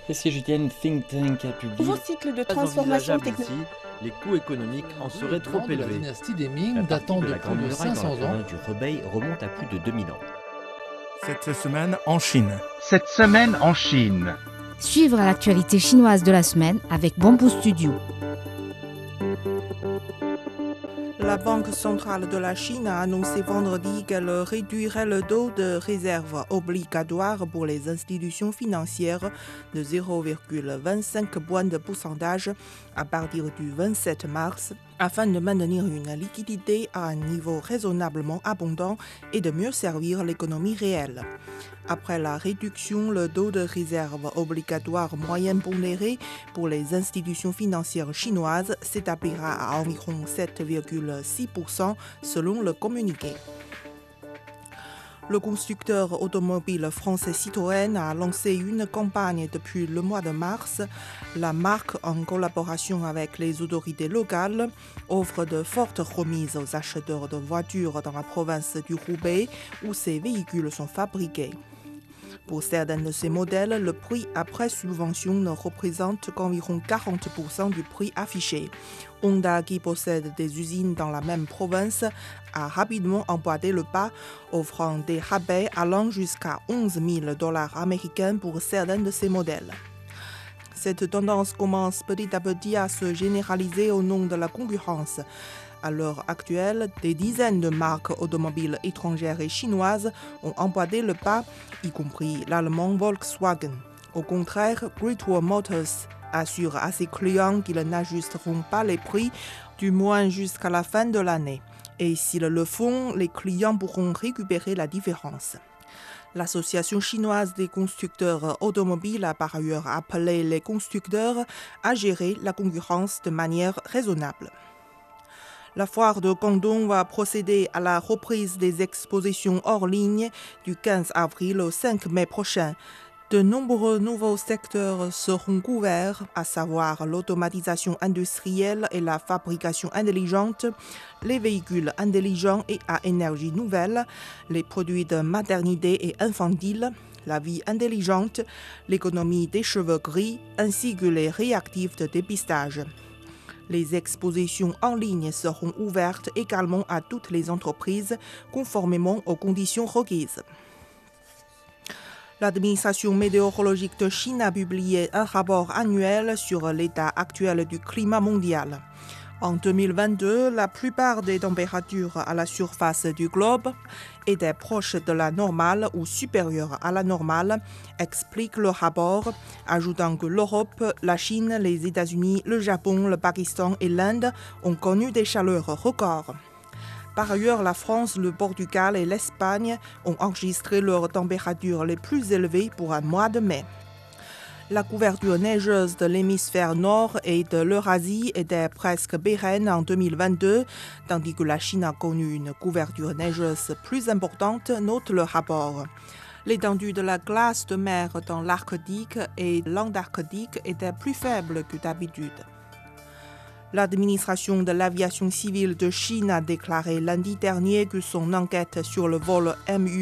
Et si je tiens think tank a publié Nouveau cycle de transformation technologique. Les coûts économiques en seraient trop La élevés. dynastie des Ming datant de plus de 500 ans. Du Hebei remonte à plus de 2000 ans. Cette semaine en Chine. Cette semaine en Chine. Suivre l'actualité chinoise de la semaine avec Bamboo Studio. La Banque centrale de la Chine a annoncé vendredi qu'elle réduirait le taux de réserve obligatoire pour les institutions financières de 0,25 points de pourcentage à partir du 27 mars afin de maintenir une liquidité à un niveau raisonnablement abondant et de mieux servir l'économie réelle. Après la réduction, le taux de réserve obligatoire moyen pondéré pour les institutions financières chinoises s'établira à environ 7,6% selon le communiqué. Le constructeur automobile français Citroën a lancé une campagne depuis le mois de mars. La marque, en collaboration avec les autorités locales, offre de fortes remises aux acheteurs de voitures dans la province du Hubei où ces véhicules sont fabriqués. Pour certains de ces modèles, le prix après subvention ne représente qu'environ 40% du prix affiché. Honda, qui possède des usines dans la même province, a rapidement emboîté le pas, offrant des rabais allant jusqu'à $11 000 américains pour certains de ces modèles. Cette tendance commence petit à petit à se généraliser au nom de la concurrence. À l'heure actuelle, des dizaines de marques automobiles étrangères et chinoises ont emboîté le pas, y compris l'allemand Volkswagen. Au contraire, Great Wall Motors assure à ses clients qu'ils n'ajusteront pas les prix, du moins jusqu'à la fin de l'année. Et s'ils le font, les clients pourront récupérer la différence. L'Association chinoise des constructeurs automobiles a par ailleurs appelé les constructeurs à gérer la concurrence de manière raisonnable. La foire de Guangdong va procéder à la reprise des expositions hors ligne du 15 avril au 5 mai prochain. De nombreux nouveaux secteurs seront couverts, à savoir l'automatisation industrielle et la fabrication intelligente, les véhicules intelligents et à énergie nouvelle, les produits de maternité et infantile, la vie intelligente, l'économie des cheveux gris, ainsi que les réactifs de dépistage. Les expositions en ligne seront ouvertes également à toutes les entreprises, conformément aux conditions requises. L'administration météorologique de Chine a publié un rapport annuel sur l'état actuel du climat mondial. En 2022, la plupart des températures à la surface du globe étaient proches de la normale ou supérieures à la normale, explique le rapport, ajoutant que l'Europe, la Chine, les États-Unis, le Japon, le Pakistan et l'Inde ont connu des chaleurs records. Par ailleurs, la France, le Portugal et l'Espagne ont enregistré leurs températures les plus élevées pour un mois de mai. La couverture neigeuse de l'hémisphère nord et de l'Eurasie était presque pérenne en 2022, tandis que la Chine a connu une couverture neigeuse plus importante, note le rapport. L'étendue de la glace de mer dans l'Arctique et l'Antarctique était plus faible que d'habitude. L'administration de l'aviation civile de Chine a déclaré lundi dernier que son enquête sur le vol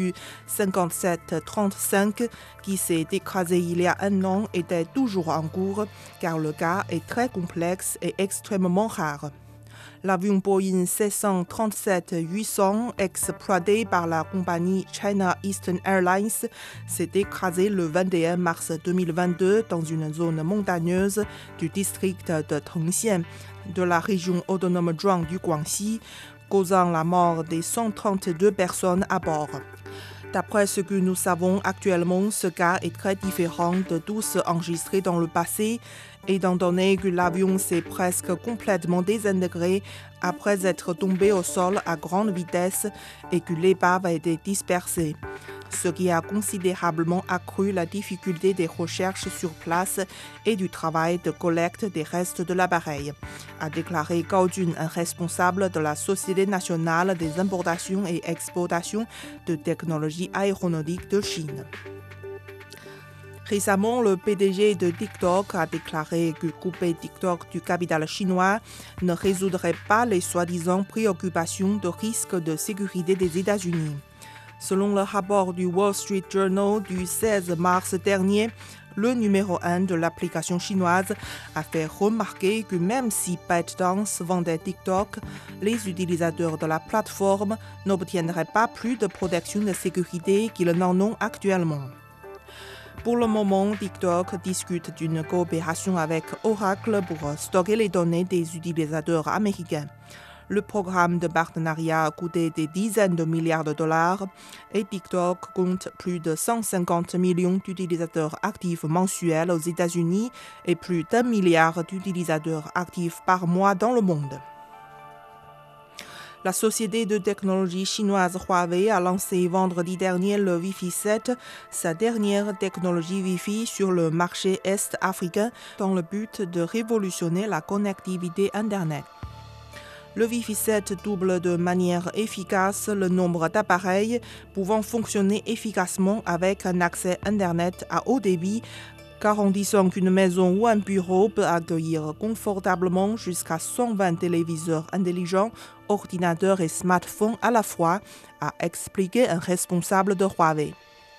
MU-5735, qui s'est écrasé il y a un an, était toujours en cours, car le cas est très complexe et extrêmement rare. L'avion Boeing 737-800, exploité par la compagnie China Eastern Airlines, s'est écrasé le 21 mars 2022 dans une zone montagneuse du district de Tongxian, de la région autonome Zhuang du Guangxi, causant la mort des 132 personnes à bord. D'après ce que nous savons actuellement, ce cas est très différent de tous enregistrés dans le passé, étant donné que l'avion s'est presque complètement désintégré après être tombé au sol à grande vitesse et que l'épave a été dispersée, ce qui a considérablement accru la difficulté des recherches sur place et du travail de collecte des restes de l'appareil, a déclaré Gao Jun, un responsable de la Société nationale des importations et exportations de technologies aéronautiques de Chine. Récemment, le PDG de TikTok a déclaré que couper TikTok du capital chinois ne résoudrait pas les soi-disant préoccupations de risque de sécurité des États-Unis. Selon le rapport du Wall Street Journal du 16 mars dernier, le numéro 1 de l'application chinoise a fait remarquer que même si ByteDance vendait TikTok, les utilisateurs de la plateforme n'obtiendraient pas plus de protection de sécurité qu'ils n'en ont actuellement. Pour le moment, TikTok discute d'une coopération avec Oracle pour stocker les données des utilisateurs américains. Le programme de partenariat a coûté des dizaines de milliards de dollars et TikTok compte plus de 150 millions d'utilisateurs actifs mensuels aux États-Unis et plus d'1 milliard d'utilisateurs actifs par mois dans le monde. La société de technologie chinoise Huawei a lancé vendredi dernier le Wi-Fi 7, sa dernière technologie Wi-Fi sur le marché est-africain, dans le but de révolutionner la connectivité Internet. Le Wi-Fi 7 double de manière efficace le nombre d'appareils pouvant fonctionner efficacement avec un accès Internet à haut débit, garantissant qu'une maison ou un bureau peut accueillir confortablement jusqu'à 120 téléviseurs intelligents, ordinateurs et smartphones à la fois, a expliqué un responsable de Huawei.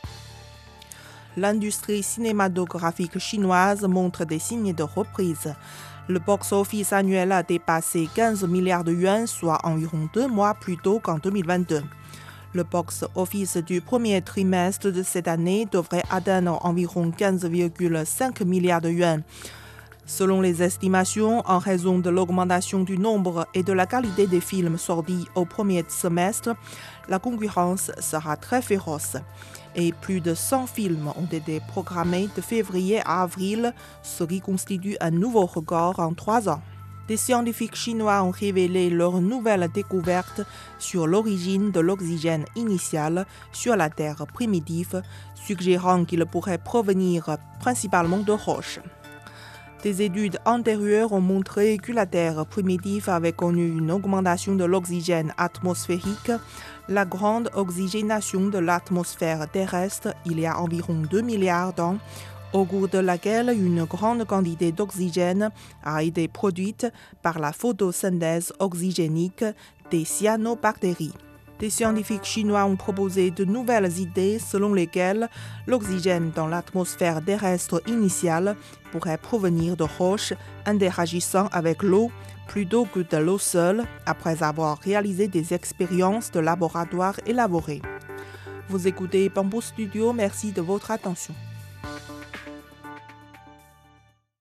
L'industrie cinématographique chinoise montre des signes de reprise. Le box-office annuel a dépassé 15 milliards de yuans, soit environ 2 mois plus tôt qu'en 2022. Le box-office du premier trimestre de cette année devrait atteindre environ 15,5 milliards de yuans. Selon les estimations, en raison de l'augmentation du nombre et de la qualité des films sortis au premier semestre, la concurrence sera très féroce. Et plus de 100 films ont été programmés de février à avril, ce qui constitue un nouveau record en 3 ans. Des scientifiques chinois ont révélé leur nouvelle découverte sur l'origine de l'oxygène initial sur la Terre primitive, suggérant qu'il pourrait provenir principalement de roches. Des études antérieures ont montré que la Terre primitive avait connu une augmentation de l'oxygène atmosphérique, la grande oxygénation de l'atmosphère terrestre il y a environ 2 milliards d'ans, au cours de laquelle une grande quantité d'oxygène a été produite par la photosynthèse oxygénique des cyanobactéries. Des scientifiques chinois ont proposé de nouvelles idées selon lesquelles l'oxygène dans l'atmosphère terrestre initiale pourrait provenir de roches interagissant avec l'eau plutôt que de l'eau seule, après avoir réalisé des expériences de laboratoire élaborées. Vous écoutez Bamboo Studio, merci de votre attention.